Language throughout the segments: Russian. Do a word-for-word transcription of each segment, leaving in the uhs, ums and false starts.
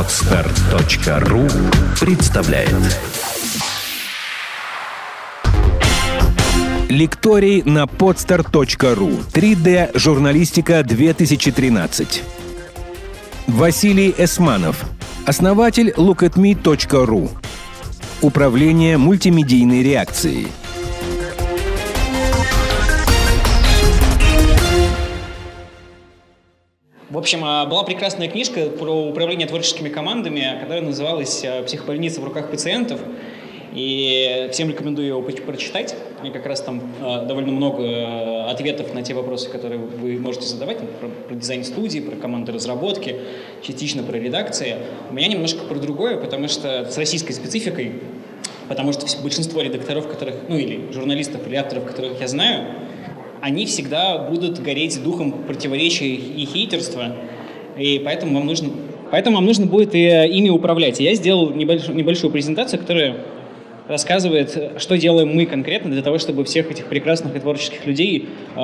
Подстар точка ру представляет лекторий на подстар точка ру. три дэ журналистика две тысячи тринадцать. Василий Эсманов, основатель лук эт ми точка ру. Управление мультимедийной реакцией. В общем, была прекрасная книжка про управление творческими командами, которая называлась «Психобольница в руках пациентов». И всем рекомендую его прочитать. И как раз там довольно много ответов на те вопросы, которые вы можете задавать, про, про дизайн студии, про команды разработки, частично про редакции. У меня немножко про другое, потому что с российской спецификой, потому что большинство редакторов, которых, ну или журналистов, или авторов, которых я знаю, они всегда будут гореть духом противоречия и хейтерства, и поэтому вам нужно, поэтому вам нужно будет и ими управлять. И я сделал небольшую, небольшую презентацию, которая рассказывает, что делаем мы конкретно для того, чтобы всех этих прекрасных и творческих людей э,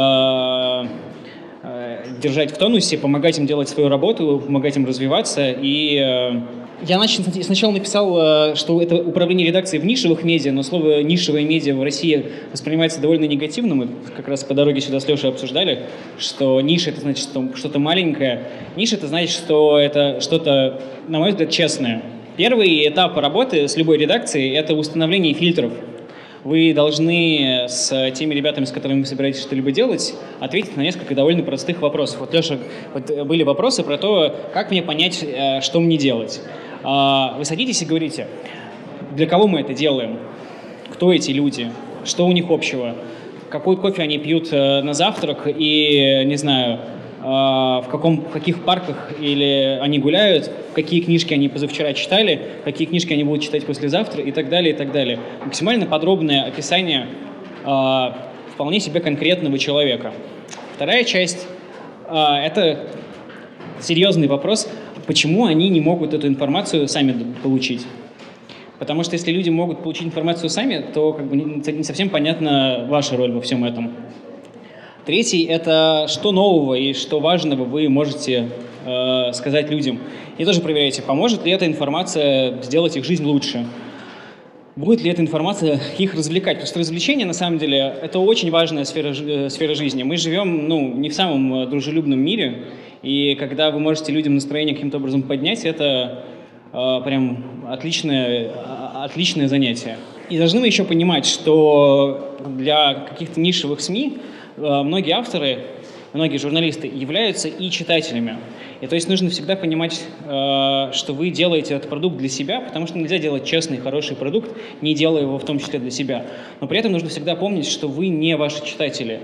э, держать в тонусе, помогать им делать свою работу, помогать им развиваться. И э, я нач... сначала написал, э, что это управление редакцией в нишевых медиа, но слово «нишевые медиа» в России воспринимается довольно негативно. Мы как раз по дороге сюда с Лешей обсуждали, что ниша — это значит что что-то маленькое. Ниша — это значит, что это что-то, на мой взгляд, честное. Первый этап работы с любой редакцией – это установление фильтров. Вы должны с теми ребятами, с которыми вы собираетесь что-либо делать, ответить на несколько довольно простых вопросов. Вот, Леша, вот были вопросы про то, как мне понять, что мне делать. Вы садитесь и говорите, для кого мы это делаем, кто эти люди, что у них общего, какой кофе они пьют на завтрак и, не знаю, в, каком, в каких парках или они гуляют, какие книжки они позавчера читали, какие книжки они будут читать послезавтра и так далее, и так далее. Максимально подробное описание э, вполне себе конкретного человека. Вторая часть э, – это серьезный вопрос, почему они не могут эту информацию сами получить. Потому что если люди могут получить информацию сами, то как бы не совсем понятна ваша роль во всем этом. Третий – это что нового и что важного вы можете э, сказать людям. И тоже проверяйте, поможет ли эта информация сделать их жизнь лучше. Будет ли эта информация их развлекать? Потому что развлечение, на самом деле, это очень важная сфера, э, сфера жизни. Мы живем ну, не в самом дружелюбном мире, и когда вы можете людям настроение каким-то образом поднять, это э, прям отличное, отличное занятие. И должны мы еще понимать, что для каких-то нишевых СМИ многие авторы, многие журналисты являются и читателями. И то есть нужно всегда понимать, что вы делаете этот продукт для себя, потому что нельзя делать честный, хороший продукт, не делая его в том числе для себя. Но при этом нужно всегда помнить, что вы не ваши читатели.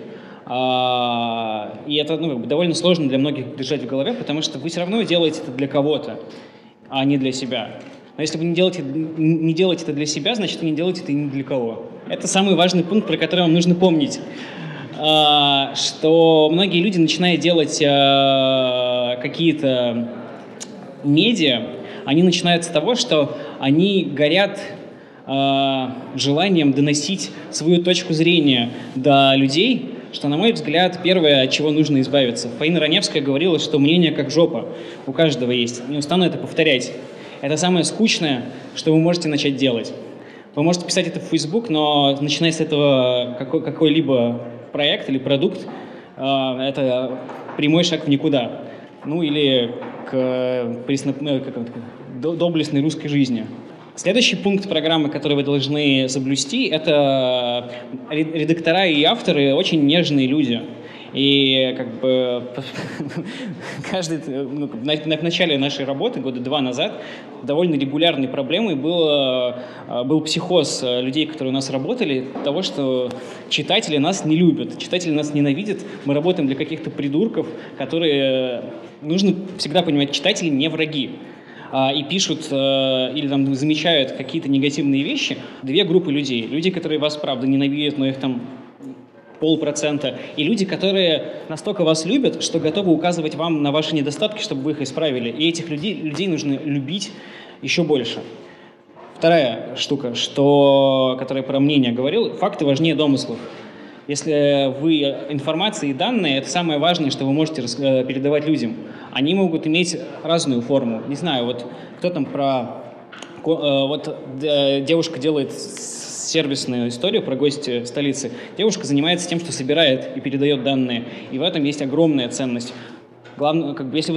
И это ну, как бы довольно сложно для многих держать в голове, потому что вы все равно делаете это для кого-то, а не для себя. Но если вы не делаете, не делаете это для себя, значит, вы не делаете это и не для кого. Это самый важный пункт, про который вам нужно помнить. Что многие люди, начиная делать э, какие-то медиа, они начинают с того, что они горят э, желанием доносить свою точку зрения до людей, что, на мой взгляд, первое, от чего нужно избавиться. Фаина Раневская говорила, что мнение как жопа, у каждого есть. Не устану это повторять. Это самое скучное, что вы можете начать делать. Вы можете писать это в Facebook, но начиная с этого какой- какой-либо проект или продукт – это прямой шаг в никуда. Ну или к, присно, к доблестной русской жизни. Следующий пункт программы, который вы должны соблюсти – это редактора и авторы – очень нежные люди. И как бы каждый, ну, на, в начале нашей работы, года два назад, довольно регулярной проблемой был, был психоз людей, которые у нас работали, того, что читатели нас не любят, читатели нас ненавидят, мы работаем для каких-то придурков, которые, нужно всегда понимать, читатели не враги. И пишут или там замечают какие-то негативные вещи, две группы людей. Люди, которые вас, правда, ненавидят, но их там полпроцента, и люди, которые настолько вас любят, что готовы указывать вам на ваши недостатки, чтобы вы их исправили. И этих людей, людей нужно любить еще больше. Вторая штука, что, которая про мнение говорил, факты важнее домыслов. Если вы информация и данные, это самое важное, что вы можете передавать людям. Они могут иметь разную форму. Не знаю, вот кто там про... Вот девушка делает сервисную историю про гости столицы. Девушка занимается тем, что собирает и передает данные. И в этом есть огромная ценность. Главное, как бы, если вы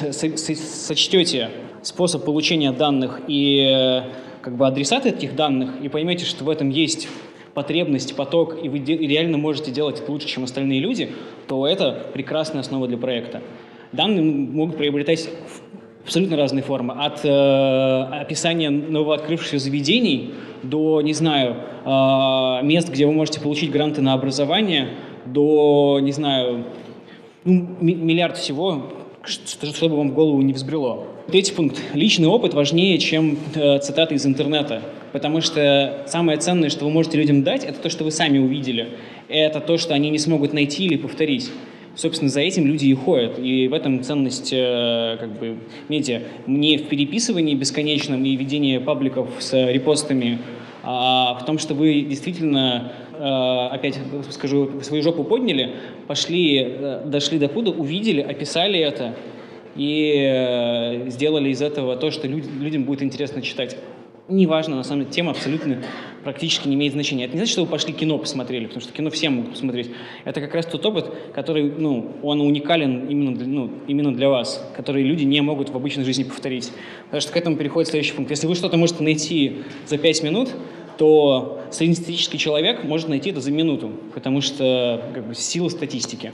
сочтете способ получения данных и как бы, адресат этих данных, и поймете, что в этом есть потребность, поток, и вы реально можете делать это лучше, чем остальные люди, то это прекрасная основа для проекта. Данные могут приобретать абсолютно разные формы. От э, описания новооткрывшихся заведений до, не знаю, э, мест, где вы можете получить гранты на образование, до, не знаю, ну, миллиард всего, чтобы вам в голову не взбрело. Третий пункт. Личный опыт важнее, чем э, цитаты из интернета. Потому что самое ценное, что вы можете людям дать, это то, что вы сами увидели. Это то, что они не смогут найти или повторить. Собственно, за этим люди и ходят. И в этом ценность э, как бы, медиа. Не в переписывании бесконечном и ведении пабликов с репостами, а в том, что вы действительно, э, опять скажу, свою жопу подняли, пошли, э, дошли до пуда, увидели, описали это и э, сделали из этого то, что люд, людям будет интересно читать. Неважно, на самом деле, тема абсолютно практически не имеет значения. Это не значит, что вы пошли кино посмотрели, потому что кино все могут посмотреть. Это как раз тот опыт, который, ну, он уникален именно для, ну, именно для вас, который люди не могут в обычной жизни повторить. Потому что к этому переходит следующий пункт. Если вы что-то можете найти за пять минут, то среднестатистический человек может найти это за минуту, потому что как бы, сила статистики.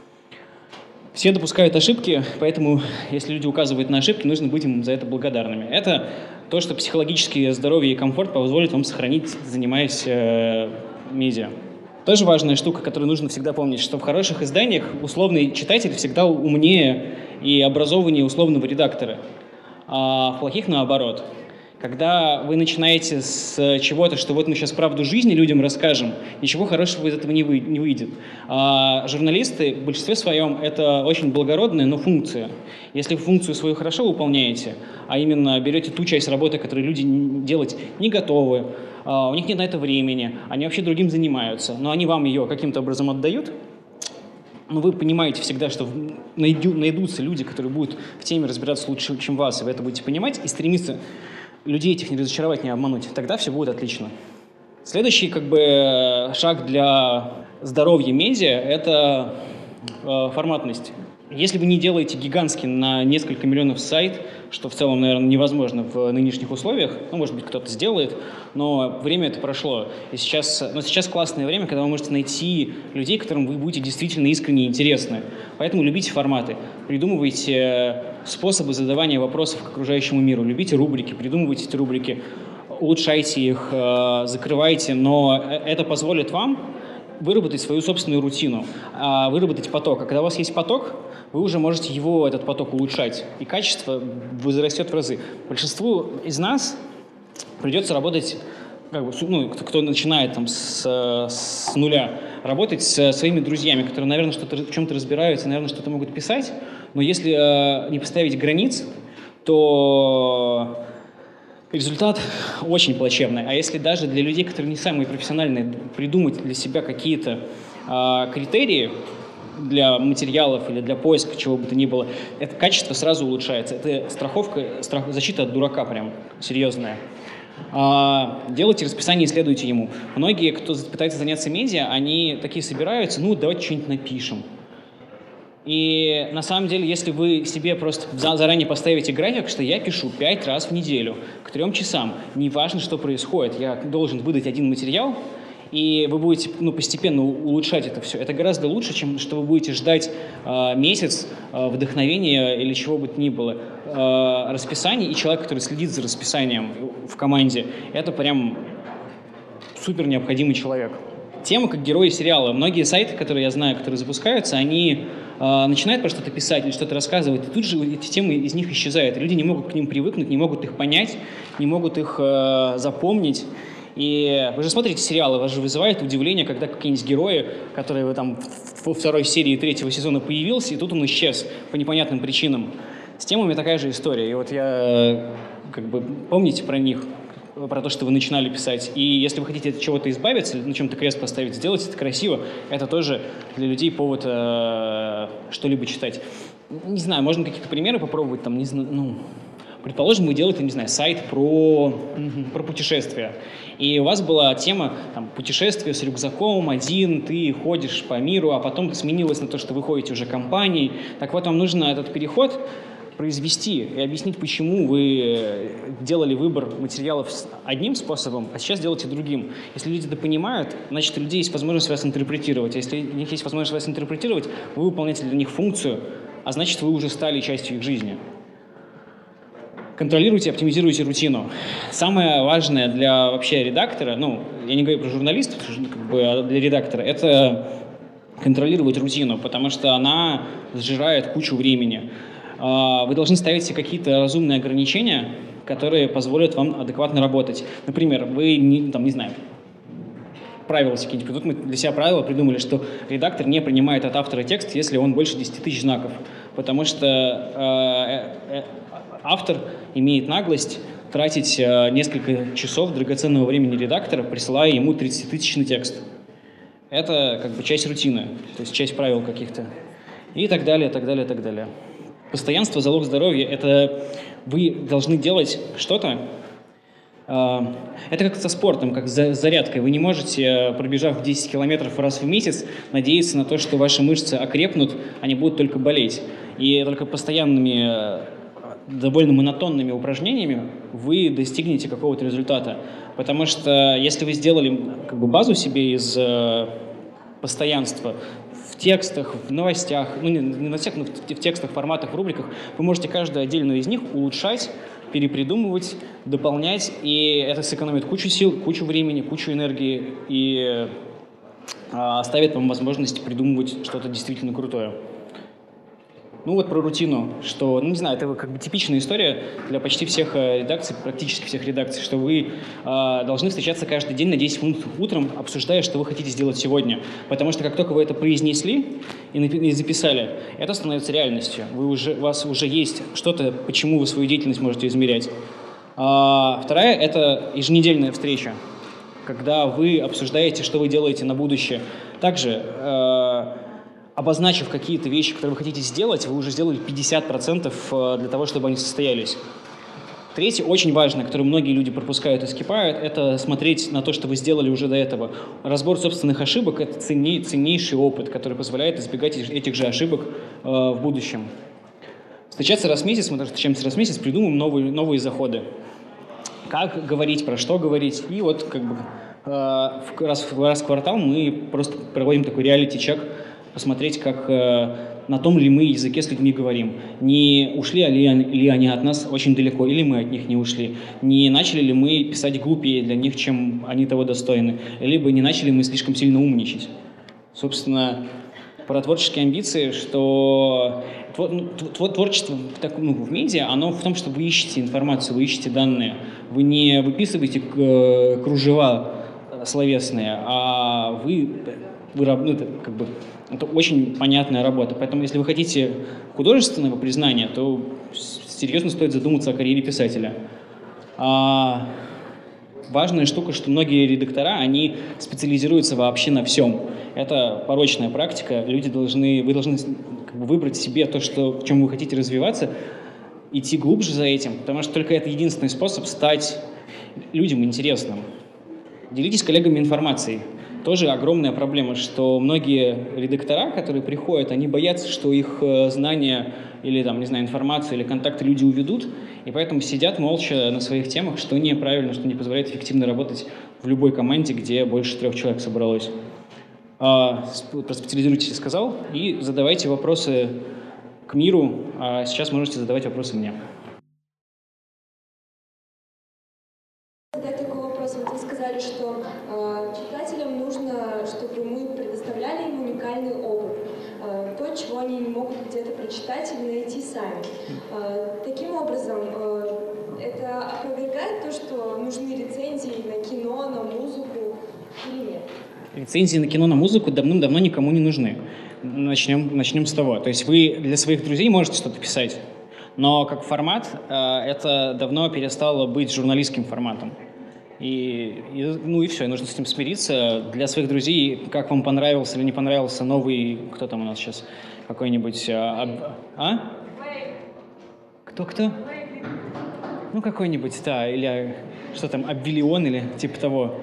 Все допускают ошибки, поэтому, если люди указывают на ошибки, нужно быть им за это благодарными. Это то, что психологическое здоровье и комфорт позволит вам сохранить, занимаясь э, медиа. Тоже важная штука, которую нужно всегда помнить, что в хороших изданиях условный читатель всегда умнее и образованнее условного редактора, а в плохих наоборот. Когда вы начинаете с чего-то, что вот мы сейчас правду жизни людям расскажем, ничего хорошего из этого не, вы, не выйдет. А журналисты в большинстве своем это очень благородная, но функция. Если вы функцию свою хорошо выполняете, а именно берете ту часть работы, которую люди делать не готовы, а у них нет на это времени, они вообще другим занимаются, но они вам ее каким-то образом отдают, но вы понимаете всегда, что найду, найдутся люди, которые будут в теме разбираться лучше, чем вас, и вы это будете понимать, и стремиться людей этих не разочаровать, не обмануть, тогда все будет отлично. Следующий как бы, шаг для здоровья медиа – это э, форматность. Если вы не делаете гигантский на несколько миллионов сайт, что в целом, наверное, невозможно в нынешних условиях, ну, может быть, кто-то сделает, но время это прошло. И сейчас, но сейчас классное время, когда вы можете найти людей, которым вы будете действительно искренне интересны. Поэтому любите форматы, придумывайте способы задавания вопросов к окружающему миру, любите рубрики, придумывайте эти рубрики, улучшайте их, закрывайте, но это позволит вам выработать свою собственную рутину, выработать поток. А когда у вас есть поток, вы уже можете его, этот поток, улучшать, и качество возрастет в разы. Большинству из нас придется работать, как бы, ну, кто, кто начинает там, с, с нуля, работать со своими друзьями, которые, наверное, что-то, в чем-то разбираются, наверное, что-то могут писать, но если э, не поставить границ, то результат очень плачевный. А если даже для людей, которые не самые профессиональные, придумать для себя какие-то э, критерии для материалов или для поиска чего бы то ни было, это качество сразу улучшается. Это страховка, страх, защита от дурака прям серьезная. А, делайте расписание и следуйте ему. Многие, кто пытается заняться медиа, они такие собираются, ну, давайте что-нибудь напишем. И на самом деле, если вы себе просто заранее поставите график, что я пишу пять раз в неделю к трем часам, неважно, что происходит, я должен выдать один материал, и вы будете, ну, постепенно улучшать это все. Это гораздо лучше, чем что вы будете ждать э, месяц э, вдохновения или чего бы то ни было. Э, расписание и человек, который следит за расписанием в команде, это прям супер необходимый человек. Тема как герои сериала. Многие сайты, которые я знаю, которые запускаются, они э, начинают про что-то писать или что-то рассказывать, и тут же эти темы из них исчезают. И люди не могут к ним привыкнуть, не могут их понять, не могут их э, запомнить. И вы же смотрите сериалы, вас же вызывает удивление, когда какие-нибудь герои, которые вы там во второй серии третьего сезона появился, и тут он исчез по непонятным причинам. С темами такая же история. И вот я, как бы, помните про них, про то, что вы начинали писать. И если вы хотите от чего-то избавиться, на чем-то крест поставить, сделать это красиво, это тоже для людей повод э, что-либо читать. Не знаю, можно какие-то примеры попробовать, там, не знаю, ну... Предположим, вы делаете, не знаю, сайт про, про путешествия, и у вас была тема там, путешествия с рюкзаком, один, ты ходишь по миру, а потом сменилось на то, что вы ходите уже компанией. Так вот, вам нужно этот переход произвести и объяснить, почему вы делали выбор материалов одним способом, а сейчас делаете другим. Если люди это понимают, значит, у людей есть возможность вас интерпретировать. А если у них есть возможность вас интерпретировать, вы выполняете для них функцию, а значит, вы уже стали частью их жизни. Контролируйте, оптимизируйте рутину. Самое важное для вообще редактора, ну, я не говорю про журналистов, как бы, а для редактора, это контролировать рутину, потому что она сжирает кучу времени. Вы должны ставить себе какие-то разумные ограничения, которые позволят вам адекватно работать. Например, вы, не, там, не знаю, правила какие-нибудь придут, мы для себя правила придумали, что редактор не принимает от автора текст, если он больше десяти тысяч знаков, потому что э, э, автор имеет наглость тратить э, несколько часов драгоценного времени редактора, присылая ему тридцатитысячный текст. Это как бы часть рутины, то есть часть правил каких-то. И так далее, так далее, так далее. Постоянство – залог здоровья. Это вы должны делать что-то. Э, это как со спортом, как с зарядкой. Вы не можете, пробежав десять километров раз в месяц, надеяться на то, что ваши мышцы окрепнут, они будут только болеть. И только постоянными довольно монотонными упражнениями вы достигнете какого-то результата. Потому что если вы сделали как бы базу себе из э, постоянства в текстах, в новостях, ну не, не на всех, но в, в текстах, форматах, в рубриках, вы можете каждую отдельную из них улучшать, перепридумывать, дополнять, и это сэкономит кучу сил, кучу времени, кучу энергии и э, оставит вам возможность придумывать что-то действительно крутое. Ну вот про рутину, что, ну не знаю, это как бы типичная история для почти всех редакций, практически всех редакций, что вы э, должны встречаться каждый день на десять минут утром, обсуждая, что вы хотите сделать сегодня. Потому что как только вы это произнесли и, и записали, это становится реальностью. Вы уже, у вас уже есть что-то, почему вы свою деятельность можете измерять. А вторая – это еженедельная встреча, когда вы обсуждаете, что вы делаете на будущее. Также э, обозначив какие-то вещи, которые вы хотите сделать, вы уже сделали пятьдесят процентов для того, чтобы они состоялись. Третье, очень важное, которое многие люди пропускают и скипают, это смотреть на то, что вы сделали уже до этого. Разбор собственных ошибок – это ценней, ценнейший опыт, который позволяет избегать этих же ошибок э, в будущем. Встречаться раз в месяц, мы даже встречаемся раз в месяц, придумаем новые, новые заходы. Как говорить, про что говорить. И вот как бы э, раз, раз в квартал мы просто проводим такой реалити-чек, посмотреть, как, э, на том ли мы языке с людьми говорим. Не ушли ли они, ли они от нас очень далеко, или мы от них не ушли. Не начали ли мы писать глупее для них, чем они того достойны. Либо не начали мы слишком сильно умничать. Собственно, про творческие амбиции, что творчество так, ну, в медиа, оно в том, что вы ищете информацию, вы ищете данные. Вы не выписываете кружева словесные, а вы... Вы, ну, это, как бы, это очень понятная работа. Поэтому, если вы хотите художественного признания, то серьезно стоит задуматься о карьере писателя. А важная штука, что многие редактора, они специализируются вообще на всем. Это порочная практика. Люди должны, вы должны как бы, выбрать себе то, что, в чем вы хотите развиваться, идти глубже за этим, потому что только это единственный способ стать людям интересным. Делитесь с коллегами информацией. Тоже огромная проблема, что многие редактора, которые приходят, они боятся, что их знания или, там, не знаю, информацию или контакты люди уведут, и поэтому сидят молча на своих темах, что неправильно, что не позволяет эффективно работать в любой команде, где больше трех человек собралось. Проспециализируйтесь, сказал, и задавайте вопросы к миру, а сейчас можете задавать вопросы мне. Задать такой вопрос. Вот вы сказали, что э, читателям нужно, чтобы мы предоставляли им уникальный опыт, э, то, чего они не могут где-то прочитать или найти сами. Э, таким образом, э, это опровергает то, что нужны рецензии на кино, на музыку или нет? Рецензии на кино, на музыку давным-давно никому не нужны. Начнем, начнем с того. То есть вы для своих друзей можете что-то писать, но как формат э, это давно перестало быть журналистским форматом. И, и, ну и все, и нужно с этим смириться. Для своих друзей, как вам понравился или не понравился новый, кто там у нас сейчас, какой-нибудь... А? а? Кто-кто? Ну, какой-нибудь, да, или что там, Обвиллион или типа того.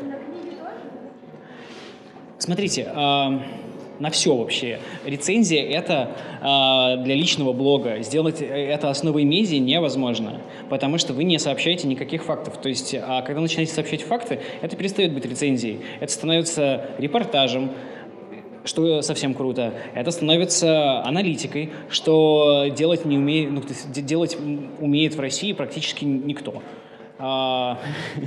Смотрите, э, на все вообще. Рецензия — это э, для личного блога. Сделать это основой медиа невозможно, потому что вы не сообщаете никаких фактов. То есть, а когда вы начинаете сообщать факты, это перестает быть рецензией. Это становится репортажем, что совсем круто. Это становится аналитикой, что делать, не умеет, ну, делать умеет в России практически никто. А,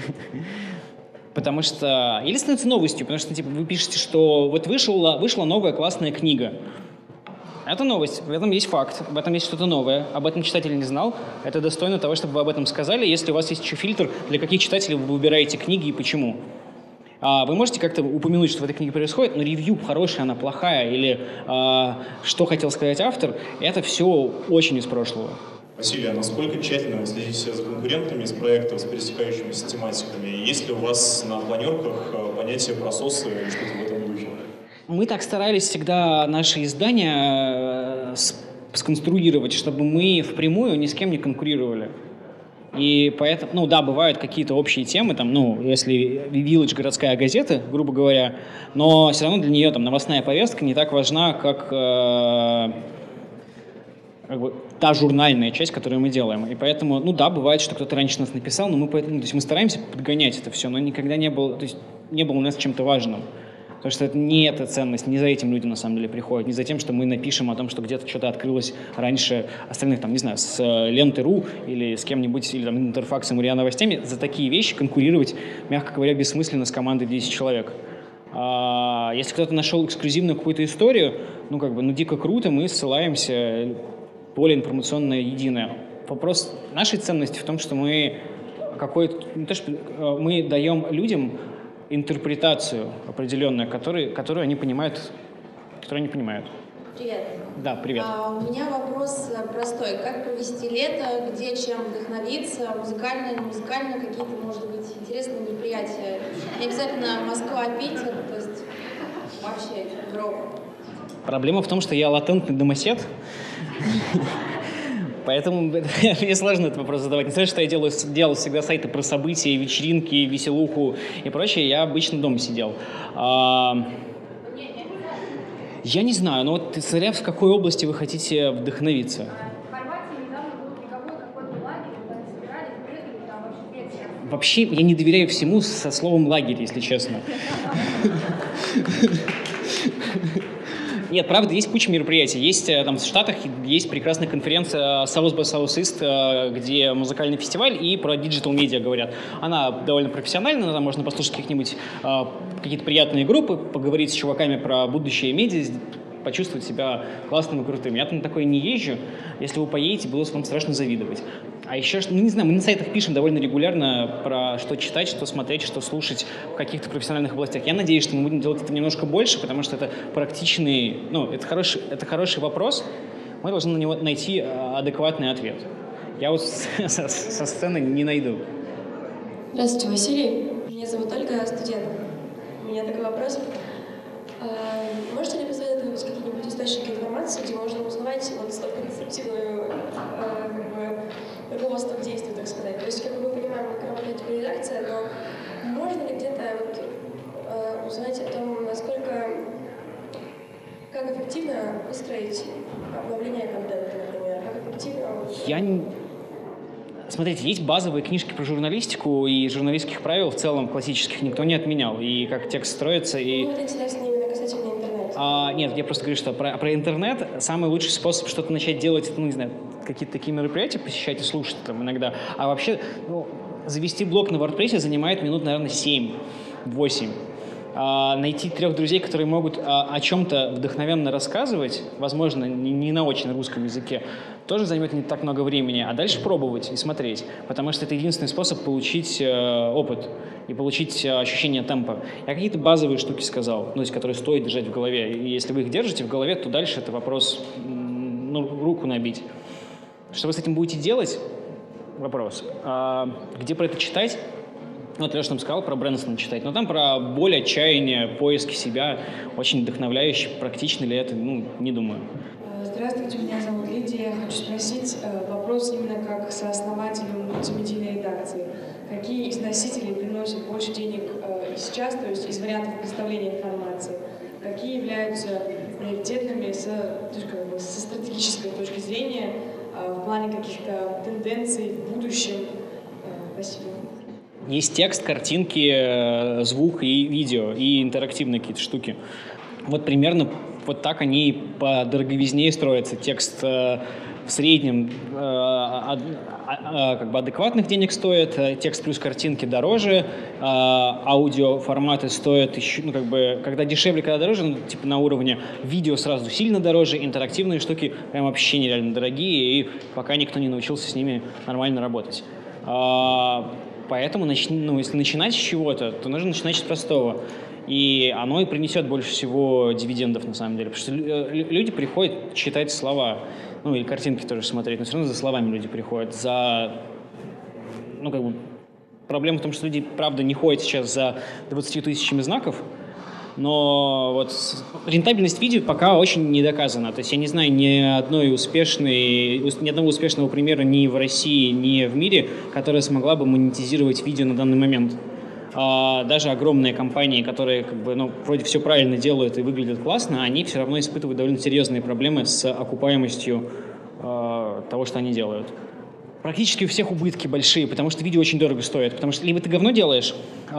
потому что... Или становится новостью, потому что типа, вы пишете, что вот вышла, вышла новая классная книга. Это новость, в этом есть факт, в этом есть что-то новое, об этом читатель не знал. Это достойно того, чтобы вы об этом сказали. Если у вас есть еще фильтр, для каких читателей вы выбираете книги и почему. А вы можете как-то упомянуть, что в этой книге происходит, но ревью хорошая, она плохая, или а, что хотел сказать автор, это все очень из прошлого. Василий, а насколько тщательно вы следите за конкурентами из проектов, с пересекающимися тематиками? Есть ли у вас на планерках понятие прососа или что-то в этом духе? Мы так старались всегда наши издания сконструировать, чтобы мы впрямую ни с кем не конкурировали. И поэтому, ну да, бывают какие-то общие темы, там, ну, если Village городская газета, грубо говоря, но все равно для нее там новостная повестка не так важна, как, э, как бы, та журнальная часть, которую мы делаем. И поэтому, ну да, бывает, что кто-то раньше нас написал, но мы поэтому, ну, то есть мы стараемся подгонять это все, но никогда не было, то есть не было у нас чем-то важным. Потому что это не эта ценность, не за этим люди на самом деле приходят, не за тем, что мы напишем о том, что где-то что-то открылось раньше остальных, там, не знаю, с Ленты.ру или с кем-нибудь, или там Интерфаксом, или Новостями. За такие вещи конкурировать, мягко говоря, бессмысленно с командой в десять человек. А если кто-то нашел эксклюзивную какую-то историю, ну, как бы, ну, дико круто, мы ссылаемся, поле информационное единое. Вопрос нашей ценности в том, что мы какой-то, не то, что мы даем людям интерпретацию определенную, который, которую они понимают, которую они понимают. Привет. Да, привет. А, у меня вопрос простой. Как провести лето, где чем вдохновиться, музыкально, не музыкально, какие-то, может быть, интересные мероприятия? Не обязательно Москва, Питер, то есть вообще Европа. Проблема в том, что я латентный домосед. Поэтому мне сложно этот вопрос задавать. Не знаю, что я делаю, делал всегда сайты про события, вечеринки, веселуху и прочее. Я обычно дома сидел. А, я не знаю, но вот смотря в какой области вы хотите вдохновиться. Вообще, я не доверяю всему со словом «лагерь», если честно. Нет, правда, есть куча мероприятий. Есть там в Штатах есть прекрасная конференция South by Southeast, где музыкальный фестиваль и про диджитал-медиа говорят. Она довольно профессиональная, там можно послушать каких-нибудь какие-то приятные группы, поговорить с чуваками про будущее медиа, почувствовать себя классным и крутым. Я там на такое не езжу. Если вы поедете, буду вам страшно завидовать. А еще, ну не знаю, мы на сайтах пишем довольно регулярно про что читать, что смотреть, что слушать в каких-то профессиональных областях. Я надеюсь, что мы будем делать это немножко больше, потому что это практичный, ну, это хороший, это хороший вопрос. Мы должны на него найти адекватный ответ. Я вот со, со сцены не найду. Здравствуйте, Василий. Меня зовут Ольга, студент. У меня такой вопрос. Можете ли посоветовать какие-нибудь источники информации, где можно узнавать вот столь конструктивную как бы, руководство к действию, так сказать? То есть, как мы понимаем, как работает редакция, но можно ли где-то вот, э, узнать о том, насколько, как эффективно выстроить обновление контента, например, как эффективно... Я не... Смотрите, есть базовые книжки про журналистику, и журналистских правил в целом классических никто не отменял, и как текст строится, и... Ну, это интересно именно касательно интернета. А, нет, я просто говорю, что про, про интернет самый лучший способ что-то начать делать, это, ну, не знаю, какие-то такие мероприятия посещать и слушать там иногда. А вообще, ну, завести блог на WordPress занимает минут, наверное, семь-восемь. А, найти трех друзей, которые могут а, о чем-то вдохновенно рассказывать, возможно, не, не на очень русском языке, тоже займет не так много времени, а дальше пробовать и смотреть, потому что это единственный способ получить э, опыт и получить э, ощущение темпа. Я какие-то базовые штуки сказал, ну, то есть, которые стоит держать в голове, и если вы их держите в голове, то дальше это вопрос, ну, руку набить. Что вы с этим будете делать? Вопрос. А, где про это читать? Вот Леша нам сказал про Брэнсона читать, но там про боль, отчаяние, поиски себя, очень вдохновляюще. Практично ли это? Ну, не думаю. Здравствуйте, меня зовут Лидия. Я хочу спросить вопрос именно как сооснователю мультимедийной редакции. Какие из носителей приносят больше денег сейчас, то есть из вариантов представления информации? Какие являются приоритетными с, как бы, со стратегической точки зрения в плане каких-то тенденций в будущем? Спасибо. Есть текст, картинки, звук и видео, и интерактивные какие-то штуки. Вот примерно вот так они по дороговизне строятся. Текст э, в среднем э, а, а, как бы адекватных денег стоит, текст плюс картинки дороже, э, аудиоформаты стоят еще, ну, как бы, когда дешевле, когда дороже, ну, типа на уровне видео сразу сильно дороже, интерактивные штуки прям вообще нереально дорогие, и пока никто не научился с ними нормально работать. Э, поэтому, начни, ну, если начинать с чего-то, то нужно начинать с простого. И оно и принесет больше всего дивидендов, на самом деле. Потому что люди приходят читать слова, ну, или картинки тоже смотреть, но все равно за словами люди приходят. За, ну, как бы, проблема в том, что люди, правда, не ходят сейчас за двадцатью тысячами знаков, но вот рентабельность видео пока очень не доказана. То есть я не знаю ни одной успешной, ни одного успешного примера ни в России, ни в мире, которая смогла бы монетизировать видео на данный момент. А даже огромные компании, которые как бы, ну, вроде все правильно делают и выглядят классно, они все равно испытывают довольно серьезные проблемы с окупаемостью э, того, что они делают. Практически у всех убытки большие, потому что видео очень дорого стоит. Потому что либо ты говно делаешь,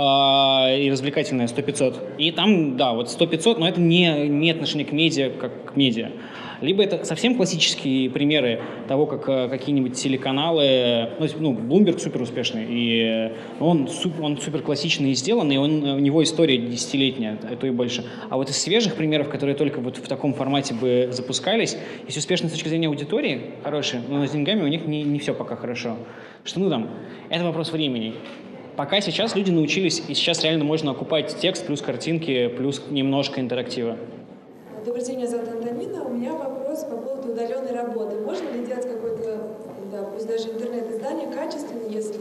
э, и развлекательное сто-пятьсот, и там, да, вот сто-пятьсот, но это не, не отношение к медиа, как к медиа. Либо это совсем классические примеры того, как э, какие-нибудь телеканалы, ну, Bloomberg супер успешный, и он, он супер классичный и сделанный, и он, у него история десятилетняя, а то и больше. А вот из свежих примеров, которые только вот в таком формате бы запускались, если успешно с точки зрения аудитории, хорошие, но с деньгами у них не, не все пока хорошо. Что, ну там, это вопрос времени. Пока сейчас люди научились, и сейчас реально можно окупать текст плюс картинки, плюс немножко интерактива. Добрый день, меня зовут Антонина. У меня вопрос по поводу удаленной работы. Можно ли делать какое-то, да, пусть даже интернет-издание качественно, если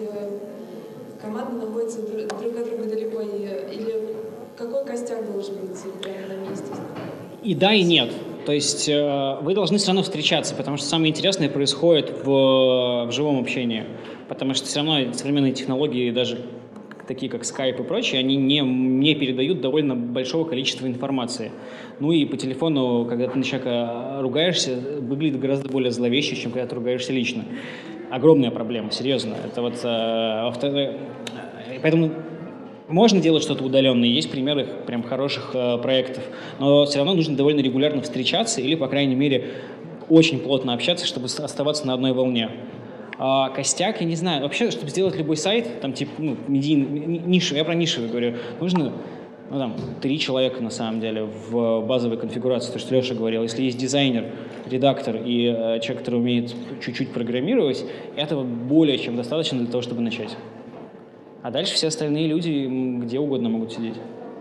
команда находится друг от друга далеко, или какой костяк должен быть прямо на месте? И да, и нет. То есть э, вы должны все равно встречаться, потому что самое интересное происходит в, в живом общении. Потому что все равно современные технологии, даже такие как Skype и прочие, они не, не передают довольно большого количества информации. Ну и по телефону, когда ты на человека ругаешься, выглядит гораздо более зловеще, чем когда ты ругаешься лично. Огромная проблема, серьезно. Это вот, э, поэтому можно делать что-то удаленное, есть примеры прям хороших э, проектов, но все равно нужно довольно регулярно встречаться или, по крайней мере, очень плотно общаться, чтобы оставаться на одной волне. А костяк, я не знаю, вообще, чтобы сделать любой сайт, там, типа, ну, медийный, нишевый, я про нишевый говорю, нужно, ну, там, три человека, на самом деле, в базовой конфигурации, то, что Леша говорил. Если есть дизайнер, редактор и э, человек, который умеет чуть-чуть программировать, этого более чем достаточно для того, чтобы начать. А дальше все остальные люди где угодно могут сидеть.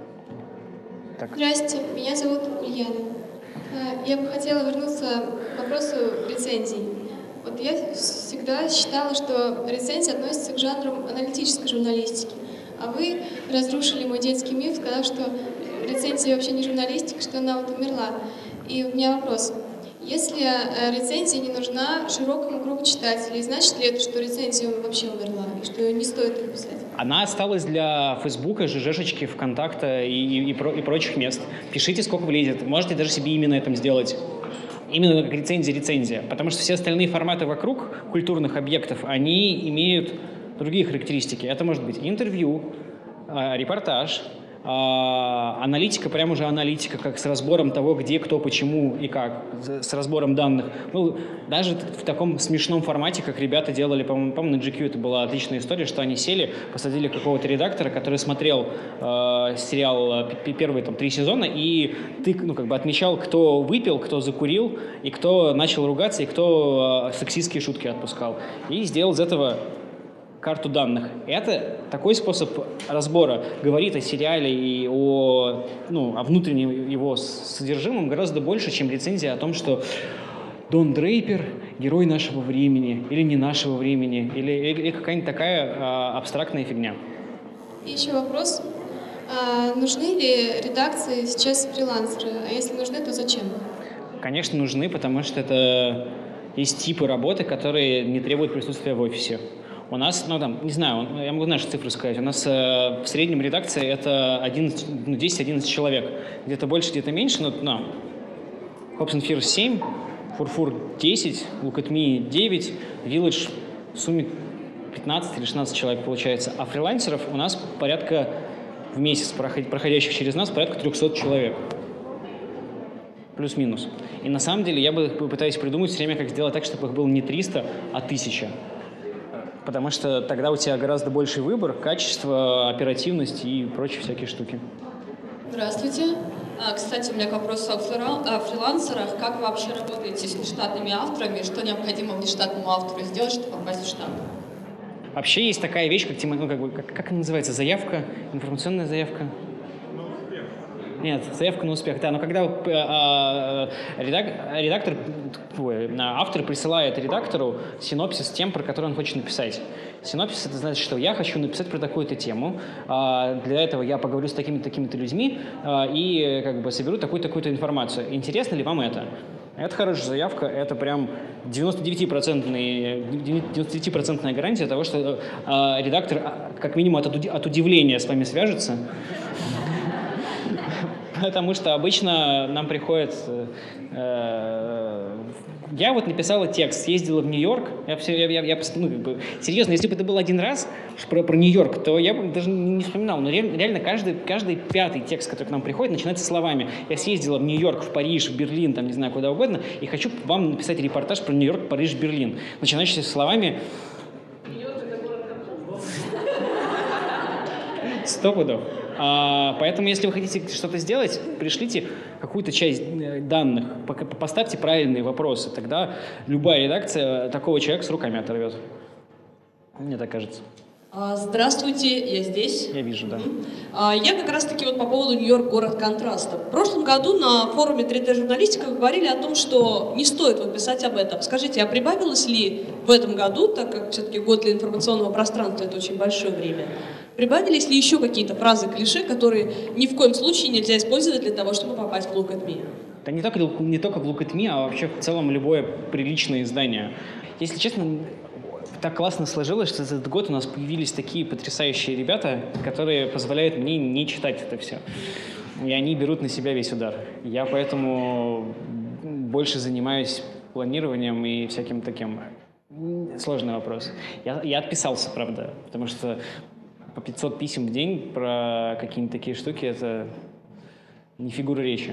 Так. Здравствуйте, меня зовут Ульяна. Я бы хотела вернуться к вопросу рецензий. Вот я всегда считала, что рецензия относится к жанру аналитической журналистики. А вы разрушили мой детский миф, сказав, что рецензия вообще не журналистика, что она вот умерла. И у меня вопрос. Если рецензия не нужна широкому кругу читателей, значит ли это, что рецензия вообще умерла, и что ее не стоит их писать? Она осталась для Фейсбука, ЖЖшечки, ВКонтакта и, и, и, про, и прочих мест. Пишите, сколько влезет. Можете даже себе имя на этом сделать. Именно как рецензия-рецензия. Потому что все остальные форматы вокруг культурных объектов, они имеют другие характеристики. Это может быть интервью, репортаж, аналитика, прям уже аналитика, как с разбором того, где, кто, почему и как, с разбором данных. Ну, даже в таком смешном формате, как ребята делали, по-моему, по-моему на джи кью, это была отличная история, что они сели, посадили какого-то редактора, который смотрел э, сериал первые там, три сезона и ты, ну, как бы отмечал, кто выпил, кто закурил, и кто начал ругаться, и кто э, сексистские шутки отпускал. И сделал из этого карту данных. Это такой способ разбора говорит о сериале и о, ну, о внутреннем его содержимом гораздо больше, чем рецензия о том, что Дон Дрейпер – герой нашего времени, или не нашего времени, или, или какая-нибудь такая а, абстрактная фигня. И еще вопрос. А нужны ли редакции сейчас фрилансеры? А если нужны, то зачем? Конечно, нужны, потому что это есть типы работы, которые не требуют присутствия в офисе. У нас, ну там, не знаю, я могу наши цифры сказать, у нас э, в среднем редакции это одиннадцать, ну, десять-одиннадцать человек. Где-то больше, где-то меньше, но no. Hops and Fears семь, Фурфур десять, Look at Me девять, Village в сумме пятнадцать или шестнадцать человек получается. А фрилансеров у нас порядка в месяц, проходящих через нас, порядка трехсот человек. Плюс-минус. И на самом деле я бы пытаюсь придумать все время, как сделать так, чтобы их было не триста, а тысяча. Потому что тогда у тебя гораздо больший выбор, качество, оперативность и прочие всякие штуки. Здравствуйте. Кстати, у меня вопрос о фрилансерах. Как вы вообще работаете с нештатными авторами? Что необходимо внештатному автору сделать, чтобы попасть в штат? Вообще есть такая вещь, как, ну, как, бы, как, как она называется, заявка, информационная заявка? Нет, заявка на успех, да. Но когда э, э, редак, редактор, ой, автор присылает редактору синопсис тем, про которые он хочет написать. Синопсис — это значит, что я хочу написать про такую-то тему, э, для этого я поговорю с такими-то, такими-то людьми э, и как бы соберу такую-то, такую-то информацию. Интересно ли вам это? Это хорошая заявка, это прям девяносто девять процентов гарантия того, что э, редактор как минимум от, от удивления с вами свяжется. Потому что обычно нам приходит... Э, я вот написала текст, съездила в Нью-Йорк. Я, все, я, я, я, ну, как бы, серьезно, если бы это был один раз про, про Нью-Йорк, то я бы даже не, не вспоминал. Но реально, реально каждый, каждый пятый текст, который к нам приходит, начинается словами: я съездила в Нью-Йорк, в Париж, в Берлин, там, не знаю, куда угодно, и хочу вам написать репортаж про Нью-Йорк, Париж, Берлин. Начинающийся словами... Сто пудов. А, поэтому, если вы хотите что-то сделать, пришлите какую-то часть данных, поставьте правильные вопросы, тогда любая редакция такого человека с руками оторвет. Мне так кажется. Здравствуйте, я здесь. Я вижу, да. Я как раз-таки вот по поводу Нью-Йорк, город контрастов. В прошлом году на форуме три дэ журналистика вы говорили о том, что не стоит вот писать об этом. Скажите, а прибавилось ли в этом году, так как все-таки год для информационного пространства — это очень большое время, прибавились ли еще какие-то фразы, клише, которые ни в коем случае нельзя использовать для того, чтобы попасть в Look at Me? Да не только, не только в Look at Me, а вообще в целом любое приличное издание. Если честно, так классно сложилось, что за этот год у нас появились такие потрясающие ребята, которые позволяют мне не читать это все. И они берут на себя весь удар. Я поэтому больше занимаюсь планированием и всяким таким. Сложный вопрос. Я, я отписался, правда, потому что по пятьсот писем в день про какие-нибудь такие штуки — это не фигура речи.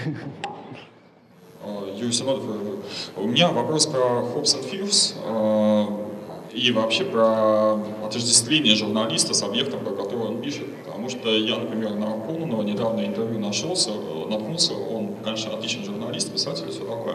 Юрий Симонов, у меня вопрос про Hops and Fears и вообще про отождествление журналиста с объектом, про который он пишет. Потому что я, например, на Кононова недавно интервью нашелся, наткнулся, он, конечно, отличный журналист, писатель и все такое.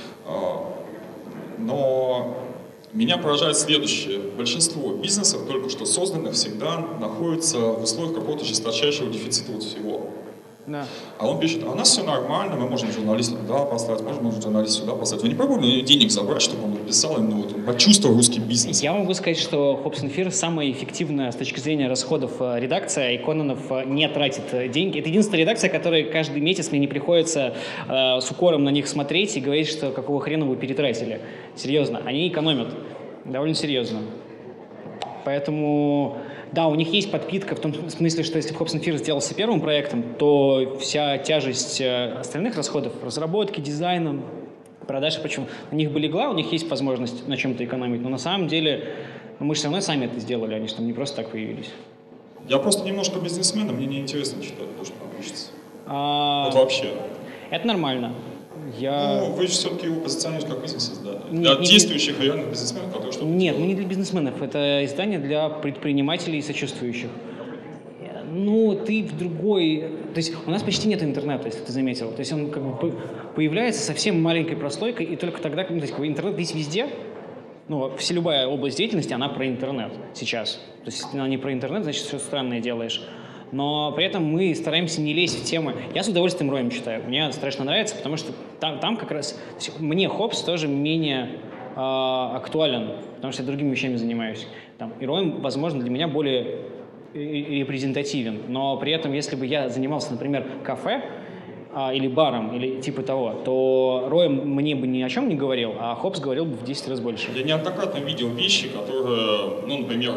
Но меня поражает следующее. Большинство бизнесов, только что созданных, всегда находятся в условиях какого-то жесточайшего дефицита вот всего. Да. А он пишет: а у нас все нормально, мы можем журналиста туда поставить, можем журналиста сюда поставить. Вы не пробовали денег забрать, чтобы он писал, именно вот, он почувствовал русский бизнес? Я могу сказать, что Hops and Fears самая эффективная с точки зрения расходов редакция, и Кононов не тратит деньги. Это единственная редакция, которая каждый месяц мне не приходится э, с укором на них смотреть и говорить, что какого хрена вы перетратили. Серьезно, они экономят довольно серьезно. Поэтому... Да, у них есть подпитка в том смысле, что если Hops and Fears сделался первым проектом, то вся тяжесть остальных расходов, разработки, дизайна, продажи, почему на них бы легла, у них есть возможность на чем-то экономить, но на самом деле ну, мы же все равно сами это сделали, они же там не просто так появились. Я просто немножко бизнесмен, мне неинтересно читать то, что там пишется. А... Вот вообще. Это нормально. Я... Ну, вы же все-таки его позиционируете как бизнес-издание. Нет, для действующих и реальных бизнесменов, которые что-то Нет, делают. мы не для бизнесменов. Это издание для предпринимателей и сочувствующих. Ну, ты в другой... То есть у нас почти нет интернета, если ты заметил. То есть он как бы появляется совсем маленькой прослойкой, и только тогда, когда интернет есть везде. Ну, вся любая область деятельности, она про интернет сейчас. То есть если она не про интернет, значит, все странное делаешь. Но при этом мы стараемся не лезть в темы. Я с удовольствием Роем читаю. Мне страшно нравится, потому что там, там как раз... Мне Хопс тоже менее э, актуален, потому что я другими вещами занимаюсь. Там, и Роем, возможно, для меня более репрезентативен. Но при этом, если бы я занимался, например, кафе а, или баром, или типа того, то Рой мне бы ни о чем не говорил, а Хоббс говорил бы в десять раз больше. Я неоднократно видел вещи, которые, ну, например,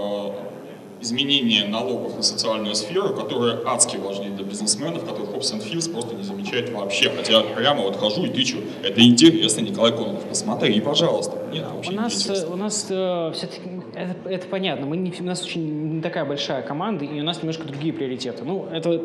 изменение налогов на социальную сферу, которые адски важны для бизнесменов, которых Хоббс энд Филдс просто не замечает вообще. Хотя прямо вот хожу и тычу, это интересно, Николай Кононов, посмотри, пожалуйста. Нет, вообще у нас, не у нас э, все-таки, это, это понятно, мы не, у нас очень не такая большая команда, и у нас немножко другие приоритеты. Ну, это...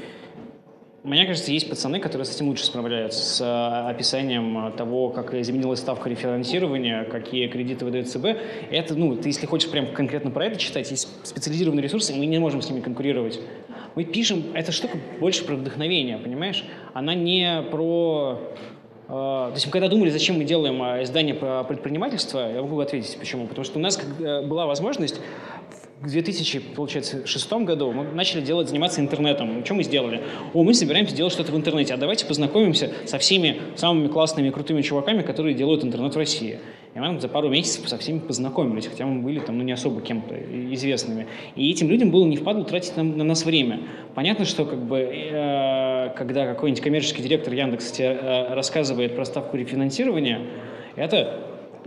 Мне кажется, есть пацаны, которые с этим лучше справляются, с описанием того, как изменилась ставка рефинансирования, какие кредиты выдает ЦБ. Это, ну, ты, если хочешь прям конкретно про это читать, есть специализированные ресурсы, и мы не можем с ними конкурировать. Мы пишем, эта штука больше про вдохновение, понимаешь? Она не про... Э, то есть, когда думали, зачем мы делаем издание про предпринимательство, я могу ответить, почему. Потому что у нас была возможность... В две тысячи шестом году мы начали делать, заниматься интернетом. Что мы сделали? О, мы собираемся делать что-то в интернете, а давайте познакомимся со всеми самыми классными, крутыми чуваками, которые делают интернет в России. И мы за пару месяцев со всеми познакомились, хотя мы были там, ну, не особо кем-то известными. И этим людям было не впадло тратить на, на нас время. Понятно, что как бы, э, когда какой-нибудь коммерческий директор Яндекса тебе э, рассказывает про ставку рефинансирования, это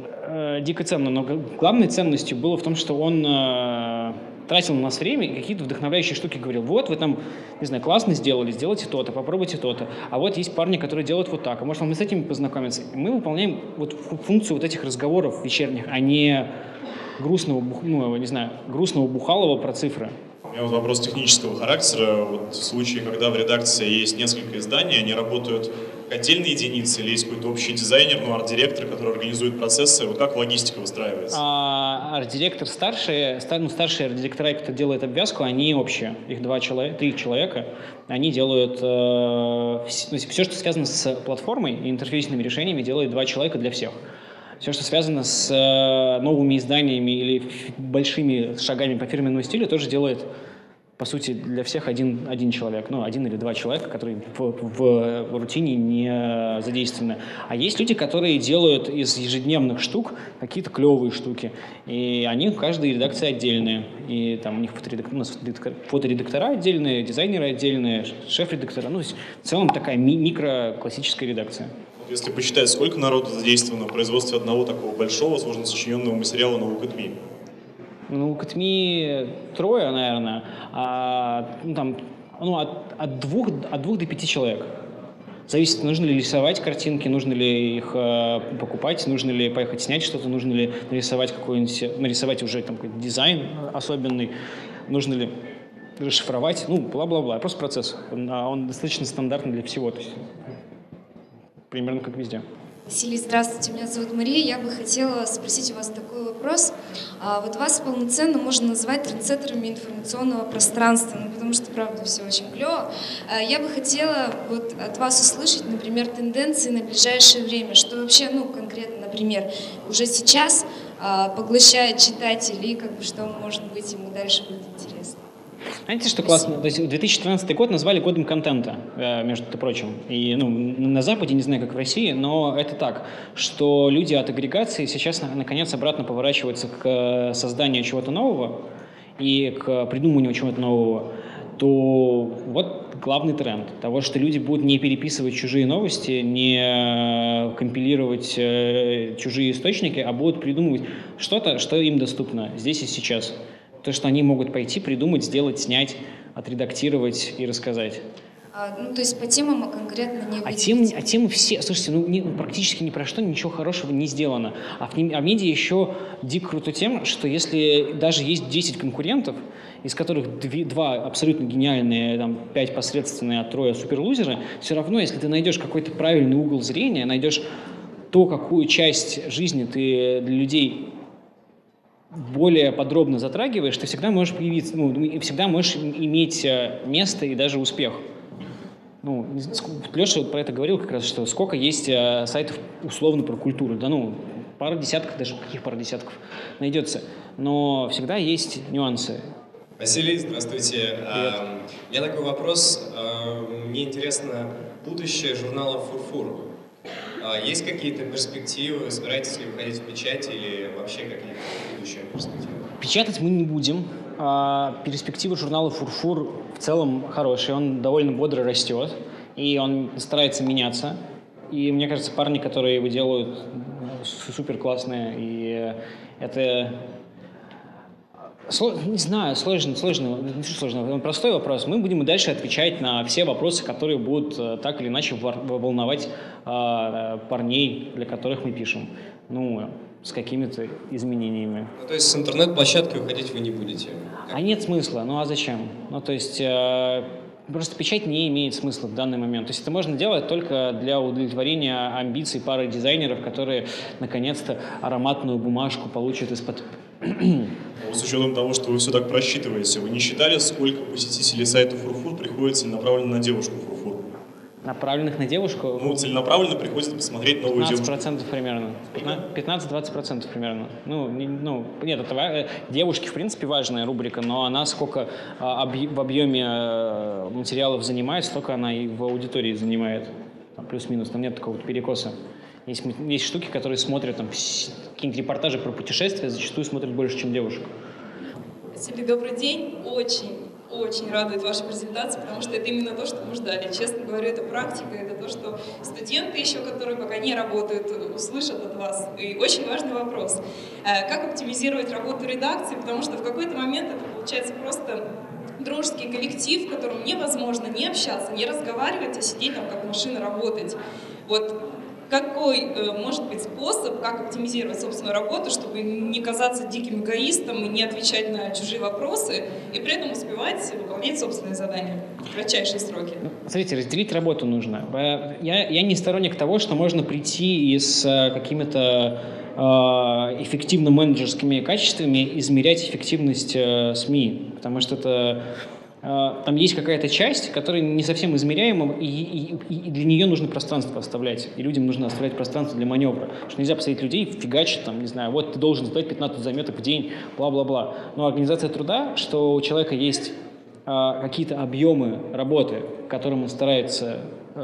э, дико ценно. Но главной ценностью было в том, что он э, тратил на нас время и какие-то вдохновляющие штуки говорил. Вот вы там, не знаю, классно сделали, сделайте то-то, попробуйте то-то. А вот есть парни, которые делают вот так. А может, вам с этими познакомиться? И мы выполняем вот функцию вот этих разговоров вечерних, а не грустного, ну, не знаю, грустного бухалова про цифры. У меня вот вопрос технического характера. Вот в случае, когда в редакции есть несколько изданий, они работают как отдельные единицы или есть какой-то общий дизайнер, ну, арт-директор, который организует процессы, вот как логистика выстраивается? А, арт-директор старшие, стар, ну, старшие арт-директора, кто делает обвязку, они общие, их два человека, три человека, они делают, э, все, все, что связано с платформой и интерфейсными решениями, делает два человека для всех. Все, что связано с э, новыми изданиями или большими шагами по фирменному стилю, тоже делает, по сути, для всех один, один человек, ну, один или два человека, которые в, в, в рутине не задействованы. А есть люди, которые делают из ежедневных штук какие-то клевые штуки, и они в каждой редакции отдельные. И там у них фоторедактора, у нас фоторедактора отдельные, дизайнеры отдельные, шеф-редактора. Ну, то есть в целом такая ми- микро-классическая редакция. Если посчитать, сколько народу задействовано в производстве одного такого большого, сложно сочиненного материала на Лукатми? Ну, Лукатми трое, наверное, а, ну, там, ну, от, от, двух, от двух до пяти человек. Зависит, нужно ли рисовать картинки, нужно ли их э, покупать, нужно ли поехать снять что-то, нужно ли нарисовать какой-нибудь, нарисовать уже там какой-то дизайн особенный, нужно ли расшифровать, ну, бла-бла-бла. Просто процесс. Он, он достаточно стандартный для всего, то есть примерно как везде. Василий, здравствуйте, меня зовут Мария. Я бы хотела спросить у вас такой вопрос. А вот вас полноценно можно назвать трендсеттерами информационного пространства, ну, потому что, правда, все очень клево. А я бы хотела вот от вас услышать, например, тенденции на ближайшее время, что вообще, ну, конкретно, например, уже сейчас а, поглощает читателей, как бы, что, может быть, ему дальше будет интересно. Знаете, что классно? То есть две тысячи тринадцатый год назвали годом контента, между прочим. И, ну, на Западе, не знаю, как в России, но это так, что люди от агрегации сейчас, наконец, обратно поворачиваются к созданию чего-то нового и к придумыванию чего-то нового. То вот главный тренд того, что люди будут не переписывать чужие новости, не компилировать чужие источники, а будут придумывать что-то, что им доступно здесь и сейчас. То, что они могут пойти, придумать, сделать, снять, отредактировать и рассказать. А, ну, то есть по темам а конкретно не а темы, а темы все, слушайте, ну, не, практически ни про что ничего хорошего не сделано. А в, а в медиа еще дико круто тем, что если даже есть десять конкурентов, из которых две, два абсолютно гениальные, там, пять посредственные, а трое суперлузеры, все равно, если ты найдешь какой-то правильный угол зрения, найдешь то, какую часть жизни ты для людей более подробно затрагиваешь, ты всегда можешь появиться, ну, всегда можешь иметь место и даже успех. Ну, Леша вот про это говорил как раз, что сколько есть э, сайтов условно про культуру. Да ну, пара десятков, даже каких пара десятков найдется. Но всегда есть нюансы. Василий, здравствуйте. А, у меня такой вопрос. А, мне интересно будущее журнала «Фурфур». А, есть какие-то перспективы? Собираетесь ли выходить в печать или вообще какие-то будущие перспективы? Печатать мы не будем. перспективы журнала «Фурфур» в целом хорошие, он довольно бодро растет, и он старается меняться. И мне кажется, парни, которые его делают, супер классные, и это... Не знаю, сложно, сложно, не сложно, простой вопрос. Мы будем и дальше отвечать на все вопросы, которые будут так или иначе волновать э, парней, для которых мы пишем. Ну, с какими-то изменениями. Ну, то есть с интернет-площадкой уходить вы не будете? А нет смысла. Ну а зачем? Ну, то есть э, просто печать не имеет смысла в данный момент. То есть это можно делать только для удовлетворения амбиций пары дизайнеров, которые наконец-то ароматную бумажку получат из-под... С учетом того, что вы все так просчитываете, вы не считали, сколько посетителей сайта «Фурфур» приходит целенаправленно на девушку «Фурфур»? Направленных на девушку? Ну, целенаправленно приходится посмотреть новую девушку. пятнадцать процентов примерно. пятнадцать-двадцать процентов примерно. Ну, не, ну, нет, это девушки, в принципе, важная рубрика, но она сколько а, объ, в объеме а, материалов занимает, столько она и в аудитории занимает. Плюс-минус, там нет такого перекоса. Есть, есть штуки, которые смотрят, там, какие-нибудь репортажи про путешествия, зачастую смотрят больше, чем девушек. Василий, добрый день. Очень, очень радует ваша презентация, потому что это именно то, что мы ждали. Честно говорю, это практика, это то, что студенты еще, которые пока не работают, услышат от вас. И очень важный вопрос. Как оптимизировать работу редакции, потому что в какой-то момент это получается просто дружеский коллектив, в котором невозможно не общаться, не разговаривать, а сидеть там как машина работать. Вот. Какой э, может быть способ, как оптимизировать собственную работу, чтобы не казаться диким эгоистом и не отвечать на чужие вопросы, и при этом успевать выполнять собственные задания в кратчайшие сроки? Смотрите, разделить работу нужно. Я, я не сторонник того, что можно прийти и с какими-то э, эффективно-менеджерскими качествами измерять эффективность э, СМИ, потому что это... Там есть какая-то часть, которая не совсем измеряема, и, и, и для нее нужно пространство оставлять. И людям нужно оставлять пространство для маневра. Потому что нельзя посадить людей, фигачить, там, не знаю, вот ты должен сдать пятнадцать заметок в день, бла-бла-бла. Но организация труда, что у человека есть э, какие-то объемы работы, к которым он старается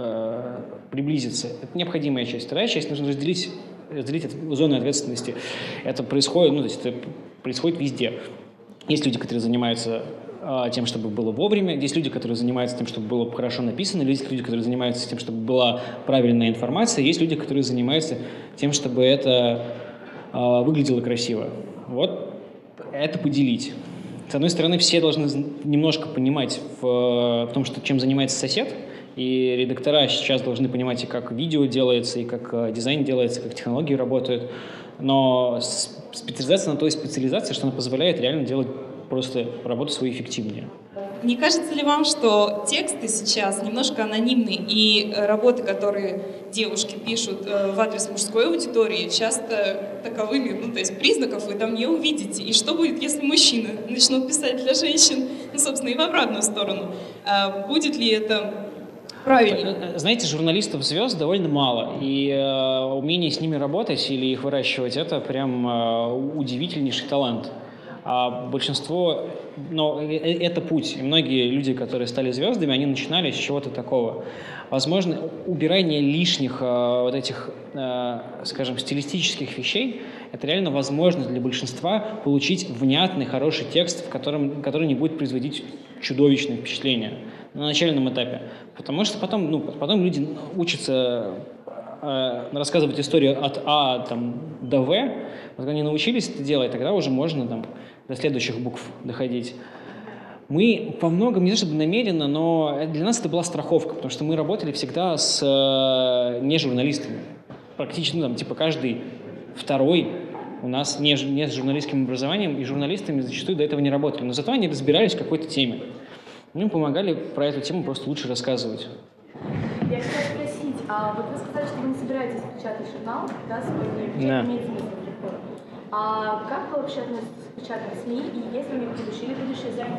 э, приблизиться, это необходимая часть. Вторая часть нужно разделить, разделить зоны ответственности. Это происходит, ну, то есть это происходит везде. Есть люди, которые занимаются тем, чтобы было вовремя. Есть люди, которые занимаются тем, чтобы было хорошо написано. Есть люди, которые занимаются тем, чтобы была правильная информация. Есть люди, которые занимаются тем, чтобы это э, выглядело красиво. Вот это поделить. С одной стороны, все должны немножко понимать в, в том, что, чем занимается сосед. И редактора сейчас должны понимать, и как видео делается, и как дизайн делается, как технологии работают. Но специализация на то и специализация, что она позволяет реально делать просто работу свою эффективнее. Не кажется ли вам, что тексты сейчас немножко анонимны, и работы, которые девушки пишут в адрес мужской аудитории, часто таковыми, ну, то есть признаков вы там не увидите? И что будет, если мужчины начнут писать для женщин, ну, собственно, и в обратную сторону? А будет ли это правильно? Знаете, журналистов звезд довольно мало, и э, умение с ними работать или их выращивать – это прям э, удивительнейший талант. А большинство, но это путь. И многие люди, которые стали звездами, они начинали с чего-то такого. Возможно, убирание лишних э, вот этих, э, скажем, стилистических вещей – это реально возможность для большинства получить внятный, хороший текст, в котором, который не будет производить чудовищное впечатление на начальном этапе. Потому что потом, ну, потом люди учатся э, рассказывать историю от А там, до В. Вот когда они научились это делать, тогда уже можно там, до следующих букв доходить. Мы по многому, не то чтобы намеренно, но для нас это была страховка, потому что мы работали всегда с э, не журналистами. Практически, ну, там, типа, каждый второй у нас не, не с журналистским образованием, и журналистами зачастую до этого не работали. Но зато они разбирались в какой-то теме. Мы им помогали про эту тему просто лучше рассказывать. Я хотела спросить, а вот вы сказали, что вы не собираетесь печатать журнал, да, свой, да. имеет смысл. А как вы вообще относитесь к печатным СМИ, и есть ли у них будущее или будущее занято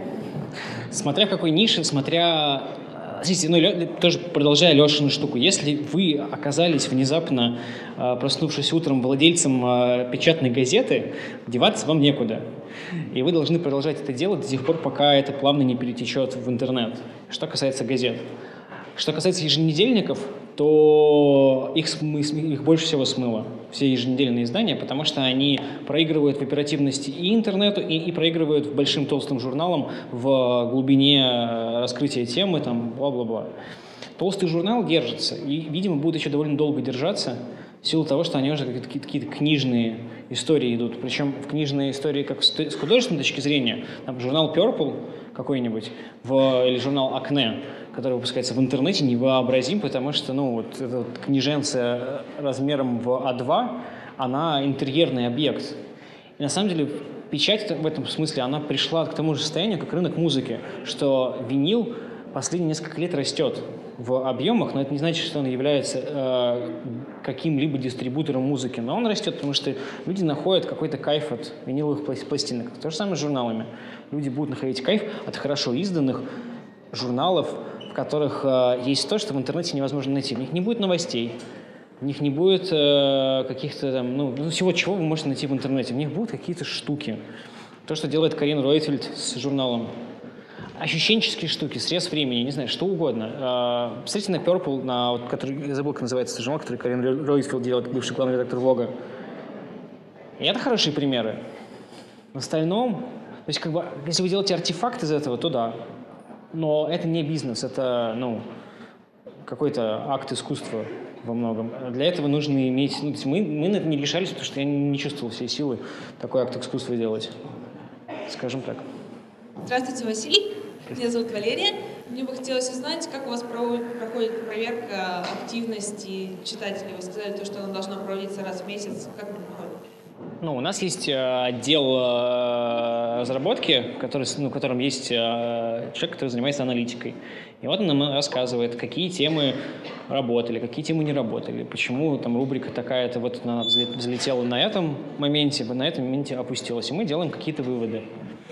в Смотря в какой нише, смотря... Смотрите, ну, тоже продолжая Лешину штуку, если вы оказались внезапно, проснувшись утром, владельцем печатной газеты, деваться вам некуда. И вы должны продолжать это делать до тех пор, пока это плавно не перетечет в интернет. Что касается газет. Что касается еженедельников, то их, их больше всего смыло, все еженедельные издания, потому что они проигрывают в оперативности и интернету, и, и проигрывают большим толстым журналам в глубине раскрытия темы, там, бла-бла-бла. Толстый журнал держится, и, видимо, будет еще довольно долго держаться, в силу того, что они уже какие-то, какие-то книжные истории идут. Причем в книжные истории как с художественной точки зрения, там, журнал Purple какой-нибудь в, или журнал Acne, который выпускается в интернете, невообразим, потому что, ну, вот эта вот книженция размером в а два, она интерьерный объект. И на самом деле печать в этом смысле, она пришла к тому же состоянию, как рынок музыки, что винил последние несколько лет растет в объемах, но это не значит, что он является э, каким-либо дистрибутором музыки. Но он растет, потому что люди находят какой-то кайф от виниловых пластинок. То же самое с журналами. Люди будут находить кайф от хорошо изданных журналов, в которых э, есть то, что в интернете невозможно найти. В них не будет новостей, в них не будет э, каких-то там, ну, всего, чего вы можете найти в интернете. В них будут какие-то штуки. То, что делает Карин Ройтфельд с журналом. Ощущенческие штуки, срез времени, не знаю, что угодно. Посмотрите на Purple, на, вот, который, я забыл, как называется журнал, который Карин Ройтфельд делает, бывший главный редактор Vogue. И это хорошие примеры. В остальном, то есть, как бы, если вы делаете артефакт из этого, то да. Но это не бизнес, это, ну, какой-то акт искусства во многом. Для этого нужно иметь... Ну, мы, мы на это не решались, потому что я не чувствовал всей силы такой акт искусства делать. Скажем так. Здравствуйте, Василий. Меня зовут Валерия. Мне бы хотелось узнать, как у вас проходит проверка активности читателей. Вы сказали, то, что она должна проводиться раз в месяц. Как это проходит? Ну, у нас есть отдел разработки, который, ну, в котором есть человек, который занимается аналитикой. И вот он нам рассказывает, какие темы работали, какие темы не работали, почему там рубрика такая-то вот она взлетела на этом моменте, на этом моменте опустилась. И мы делаем какие-то выводы.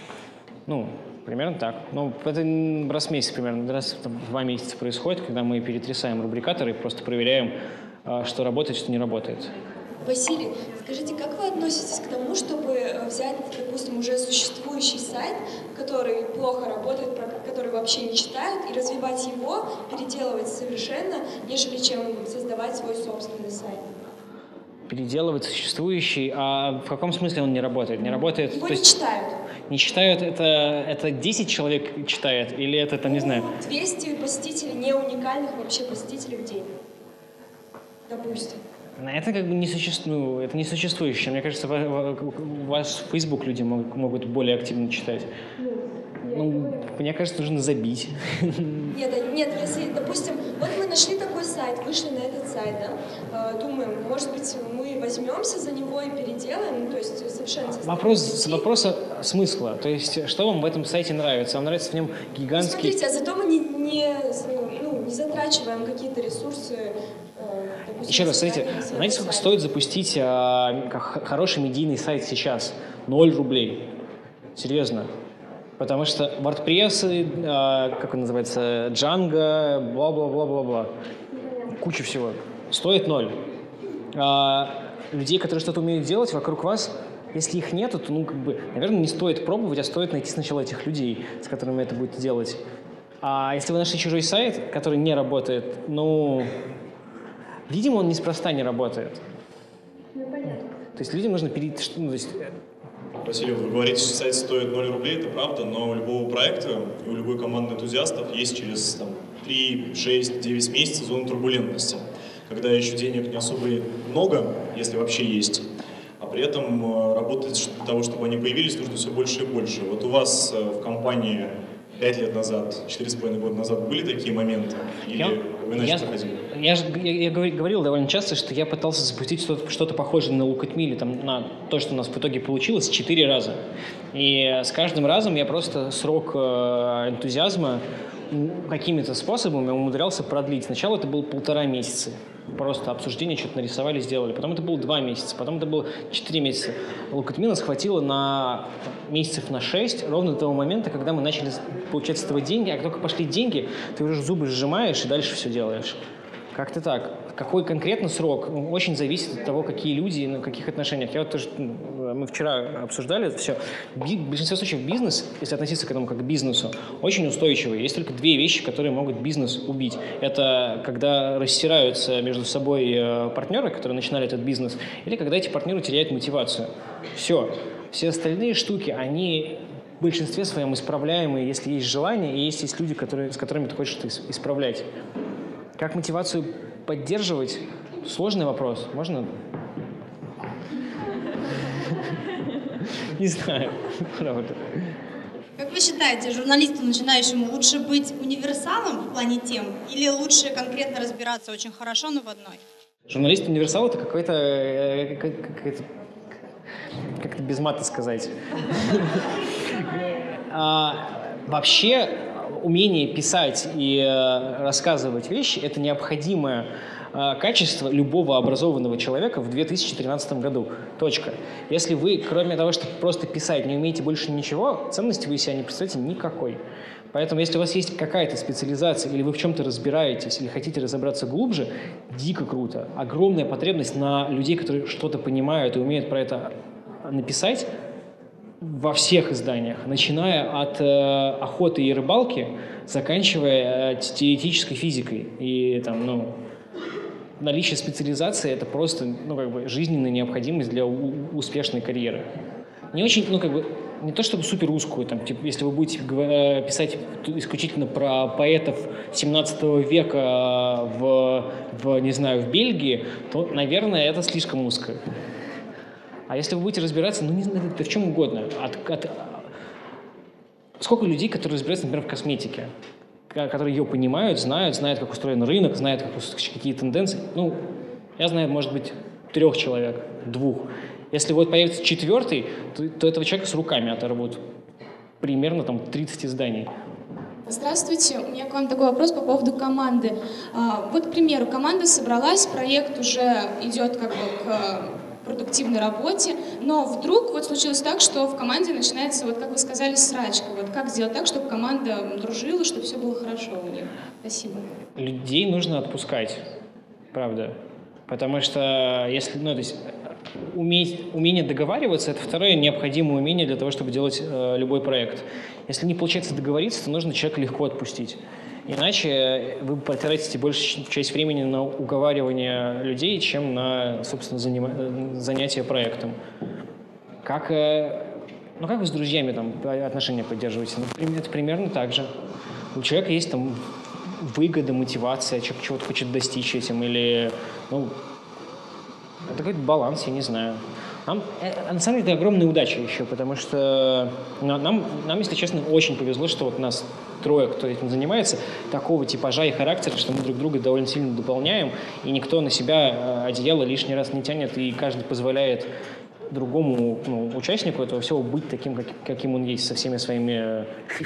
Ну, примерно так. Ну, это раз в месяц примерно, раз в два месяца происходит, когда мы перетрясаем рубрикаторы и просто проверяем, что работает, что не работает. Василий, скажите, как вы относитесь к тому, чтобы взять, допустим, уже существующий сайт, который плохо работает, который вообще не читают, и развивать его, переделывать совершенно, нежели чем создавать свой собственный сайт? Переделывать существующий, а в каком смысле он не работает? Не работает. Его то не есть, читают. Не читают, это, это десять человек читает, или это, там, не знаю... двести посетителей, не уникальных вообще посетителей в день, допустим. Это как бы не существует, это не существующее. Мне кажется, у вас в Facebook люди могут, могут более активно читать. Ну, мне кажется, нужно забить. Нет, нет, если, допустим, вот мы нашли такой сайт, вышли на этот сайт, да, думаем, может быть, мы возьмемся за него и переделаем, ну, то есть совершенно... Вопрос, вопрос смысла, то есть, что вам в этом сайте нравится? Вам нравится в нем гигантский... Смотрите, а зато мы не, не, ну, не затрачиваем какие-то ресурсы. Допустим, еще раз, смотрите, знаете, сколько стоит запустить а, хороший медийный сайт сейчас? Ноль рублей. Серьезно. Потому что WordPress, а, как он называется, Django, бла-бла-бла-бла-бла. Куча всего. Стоит ноль. А, людей, которые что-то умеют делать вокруг вас, если их нету, то, ну, как бы, наверное, не стоит пробовать, а стоит найти сначала этих людей, с которыми это будете делать. А если вы нашли чужой сайт, который не работает, ну... Видимо, он неспроста не работает. Ну, понятно. То есть людям нужно перейти... Ну, то есть... Василий, вы говорите, что сайт стоит ноль рублей, это правда, но у любого проекта и у любой команды энтузиастов есть через там, три, шесть, девять месяцев зона турбулентности, когда еще денег не особо много, если вообще есть, а при этом работать для того, чтобы они появились, нужно все больше и больше. Вот у вас в компании пять лет назад, четыре с половиной года назад были такие моменты? Или я, вы иначе я, проходили? Я, я, я говорил довольно часто, что я пытался запустить что-то, что-то похожее на Look at Me, или там, на то, что у нас в итоге получилось, четыре раза. И с каждым разом я просто срок энтузиазма какими-то способами умудрялся продлить. Сначала это было полтора месяца. Просто обсуждение, что-то нарисовали, сделали. Потом это было два месяца, потом это было четыре месяца. Look at Me нас хватило на месяцев на шесть, ровно до того момента, когда мы начали получать с этого деньги. А как только пошли деньги, ты уже зубы сжимаешь и дальше все делаешь. Как-то так. Какой конкретно срок, очень зависит от того, какие люди и на каких отношениях. Я вот тоже, мы вчера обсуждали это все. В большинстве случаев бизнес, если относиться к этому как к бизнесу, очень устойчивый. Есть только две вещи, которые могут бизнес убить. Это когда рассираются между собой партнеры, которые начинали этот бизнес, или когда эти партнеры теряют мотивацию. Все. Все остальные штуки, они в большинстве своем исправляемые, если есть желание, и есть, есть люди, которые, с которыми ты хочешь это исправлять. Как мотивацию поддерживать? Сложный вопрос. Можно? Не знаю. Правда. Как вы считаете, журналисту начинающему лучше быть универсалом в плане тем или лучше конкретно разбираться очень хорошо, но в одной? Журналист-универсал — это какой-то... какой-то как-то без мата сказать. Вообще, умение писать и рассказывать вещи — это необходимое качество любого образованного человека в две тысячи тринадцатом году. Точка. Если вы, кроме того, чтобы просто писать, не умеете больше ничего, ценности вы из себя не представляете никакой. Поэтому, если у вас есть какая-то специализация, или вы в чем-то разбираетесь, или хотите разобраться глубже, дико круто. Огромная потребность на людей, которые что-то понимают и умеют про это написать во всех изданиях, начиная от э, охоты и рыбалки, заканчивая э, теоретической физикой. И там, ну, наличие специализации — это просто, ну, как бы жизненная необходимость для у- успешной карьеры. Не очень, ну, как бы, не то чтобы супер узкую, там, типа, если вы будете э, писать исключительно про поэтов семнадцатого века в, в, не знаю, в Бельгии, то, наверное, это слишком узко. А если вы будете разбираться, ну, не знаю, это в чем угодно. От, от... Сколько людей, которые разбираются, например, в косметике, которые ее понимают, знают, знают, как устроен рынок, знают, как, какие тенденции. Ну, я знаю, может быть, трех человек, двух. Если вот появится четвертый, то, то этого человека с руками оторвут. Примерно там тридцать изданий. Здравствуйте, у меня к вам такой вопрос по поводу команды. Вот, к примеру, команда собралась, проект уже идет как бы к продуктивной работе, но вдруг вот случилось так, что в команде начинается, вот как вы сказали, срачка. Вот как сделать так, чтобы команда дружила, чтобы все было хорошо у них? Спасибо. Людей нужно отпускать, правда. Потому что если, ну, то есть, уметь, умение договариваться — это второе необходимое умение для того, чтобы делать э, любой проект. Если не получается договориться, то нужно человека легко отпустить. Иначе вы потратите большую часть времени на уговаривание людей, чем на, собственно, занима- занятие проектом. Как, э, ну, как вы с друзьями там отношения поддерживаете? Ну, это примерно так же. У человека есть там выгода, мотивация, человек чего-то хочет достичь этим, или, ну, это какой-то баланс, я не знаю. Нам, э, на самом деле, это огромная удача еще, потому что нам, нам, если честно, очень повезло, что вот нас трое, кто этим занимается, такого типажа и характера, что мы друг друга довольно сильно дополняем, и никто на себя одеяло лишний раз не тянет, и каждый позволяет другому, ну, участнику этого всего быть таким, как, каким он есть, со всеми своими,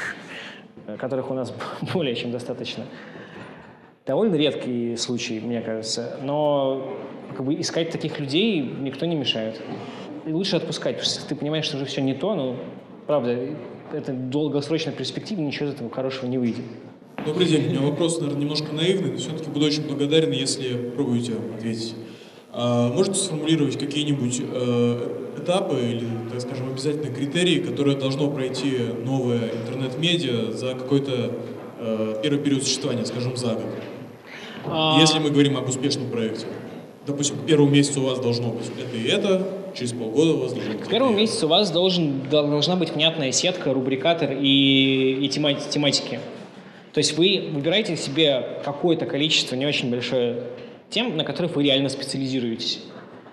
которых у нас более чем достаточно. Довольно редкий случай, мне кажется, но как бы искать таких людей никто не мешает. И лучше отпускать, потому что если ты понимаешь, что уже все не то, ну, правда, это долгосрочной перспективе ничего из этого хорошего не выйдет. Добрый день. У меня вопрос, наверное, немножко наивный, но все-таки буду очень благодарен, если пробуете ответить. А можете сформулировать какие-нибудь э, этапы или, так скажем, обязательные критерии, которые должно пройти новое интернет-медиа за какой-то э, первый период существования, скажем, за год? А... Если мы говорим об успешном проекте. Допустим, к первому месяцу у вас должно быть это и это, через полгода у вас должно быть. К первому месяцу у вас должен, должна быть внятная сетка, рубрикатор и, и тематики. То есть вы выбираете себе какое-то количество, не очень большое, тем, на которых вы реально специализируетесь.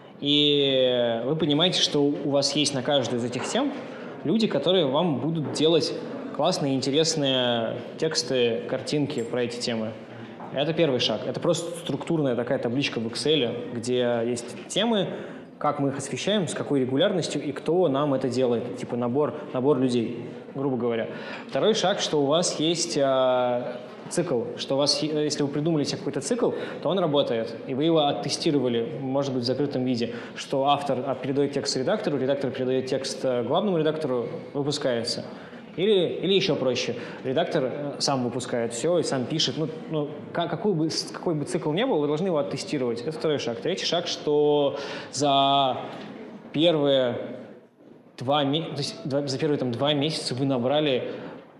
И вы понимаете, что у вас есть на каждую из этих тем люди, которые вам будут делать классные, интересные тексты, картинки про эти темы. Это первый шаг. Это просто структурная такая табличка в Excel, где есть темы, как мы их освещаем, с какой регулярностью и кто нам это делает. Типа набор, набор людей, грубо говоря. Второй шаг, что у вас есть э, цикл, что у вас, если вы придумали себе какой-то цикл, то он работает, и вы его оттестировали, может быть, в закрытом виде, что автор передает текст редактору, редактор передает текст главному редактору, выпускается. Или, или еще проще. Редактор сам выпускает все и сам пишет. Ну, ну, какой, бы, какой бы цикл ни был, вы должны его оттестировать. Это второй шаг. Третий шаг, что за первые два, то есть за первые там, два месяца вы набрали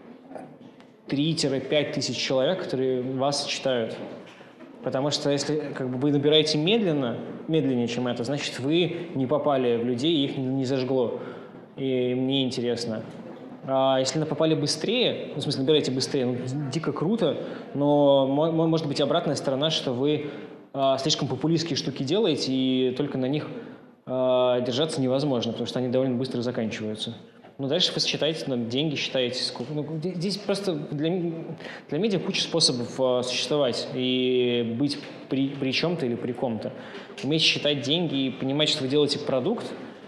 три-пять тысяч человек, которые вас читают. Потому что если как бы, вы набираете медленно, медленнее, чем это, значит, вы не попали в людей, их не зажгло. И мне интересно. А если попали быстрее, ну, в смысле, набираете быстрее, ну, дико круто, но может быть обратная сторона, что вы а, слишком популистские штуки делаете, и только на них а, держаться невозможно, потому что они довольно быстро заканчиваются. Ну, дальше вы считаете, ну, деньги считаете. Сколько, ну, здесь просто для, для медиа куча способов а, существовать и быть при, при чем-то или при ком-то. Уметь считать деньги и понимать, что вы делаете продукт,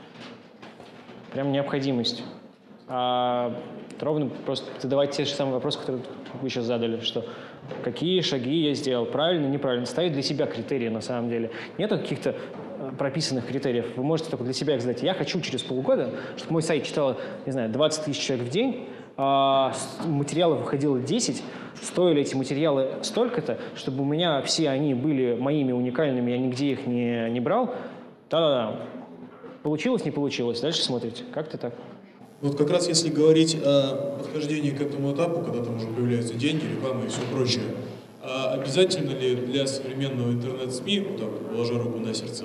прям необходимость. А ровно просто задавать те же самые вопросы, которые вы сейчас задали, что какие шаги я сделал, правильно, неправильно. Ставить для себя критерии на самом деле. Нет каких-то прописанных критериев. Вы можете только для себя их задать. Я хочу через полгода, чтобы мой сайт читало, не знаю, двадцать тысяч человек в день, а материалов выходило десять, стоили эти материалы столько-то, чтобы у меня все они были моими уникальными, я нигде их не, не брал. Да-да-да. Получилось, не получилось. Дальше смотрите. Как-то так. Вот как раз если говорить о подхождении к этому этапу, когда там уже появляются деньги, реклама и все прочее, а обязательно ли для современного интернет-СМИ, вот так, положа руку на сердце,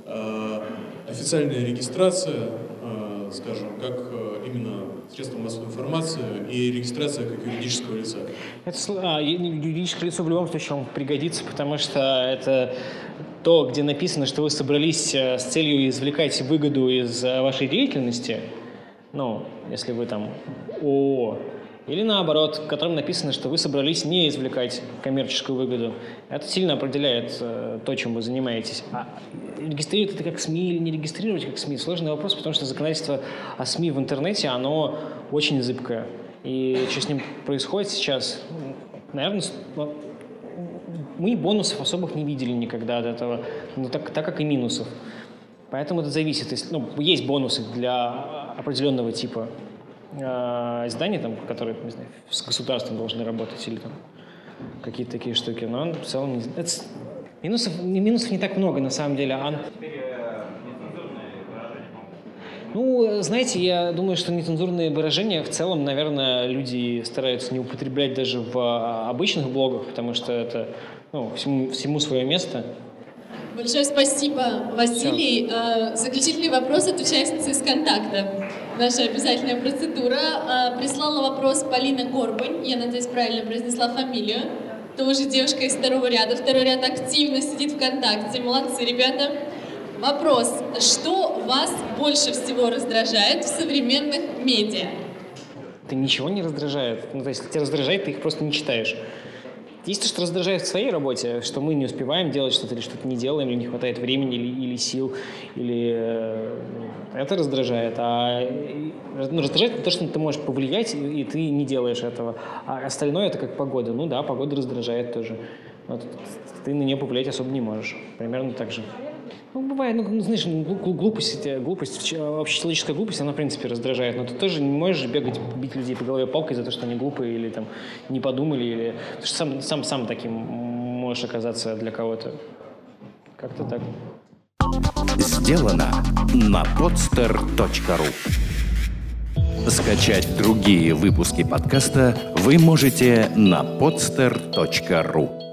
официальная регистрация, скажем, как именно средства массовой информации и регистрация как юридического лица? Это, а, юридическое лицо в любом случае вам пригодится, потому что это то, где написано, что вы собрались с целью извлекать выгоду из вашей деятельности. Ну, если вы там ООО, или наоборот, в котором написано, что вы собрались не извлекать коммерческую выгоду. Это сильно определяет э, то, чем вы занимаетесь. А регистрировать это как СМИ или не регистрировать как СМИ – сложный вопрос, потому что законодательство о СМИ в интернете, оно очень зыбкое. И что с ним происходит сейчас, наверное, мы бонусов особых не видели никогда от этого, но так, так как и минусов. Поэтому это зависит. Есть, ну, есть бонусы для определенного типа э, изданий, там, которые, не знаю, с государством должны работать или там какие-то такие штуки. Но в целом не, это, минусов, минусов не так много на самом деле. А... Ну, знаете, я думаю, что нецензурные выражения в целом, наверное, люди стараются не употреблять даже в обычных блогах, потому что это, ну, всему, всему свое место. Большое спасибо, Василий. Все. Заключительный вопрос от участницы из «Контакта». Наша обязательная процедура. Прислала вопрос Полина Горбань. Я надеюсь, правильно произнесла фамилию. Тоже девушка из второго ряда. Второй ряд активно сидит в «Контакте». Молодцы, ребята. Вопрос. Что вас больше всего раздражает в современных медиа? Это ничего не раздражает. Ну, то есть, если тебя раздражает, ты их просто не читаешь. Есть то, что раздражает в своей работе, что мы не успеваем делать что-то или что-то не делаем, или не хватает времени, или, или сил, или э, это раздражает. А ну, раздражает то, что ты можешь повлиять, и, и ты не делаешь этого. А остальное это как погода. Ну да, погода раздражает тоже. Вот, ты на нее повлиять особо не можешь. Примерно так же. Ну, бывает, ну, знаешь, глупость, глупость, общечеловеческая глупость, она, в принципе, раздражает, но ты тоже не можешь бегать, бить людей по голове палкой за то, что они глупые или там не подумали, или... Ты же сам, сам, сам таким можешь оказаться для кого-то. Как-то так. Сделано на podster точка ру. Скачать другие выпуски подкаста вы можете на podster точка ру.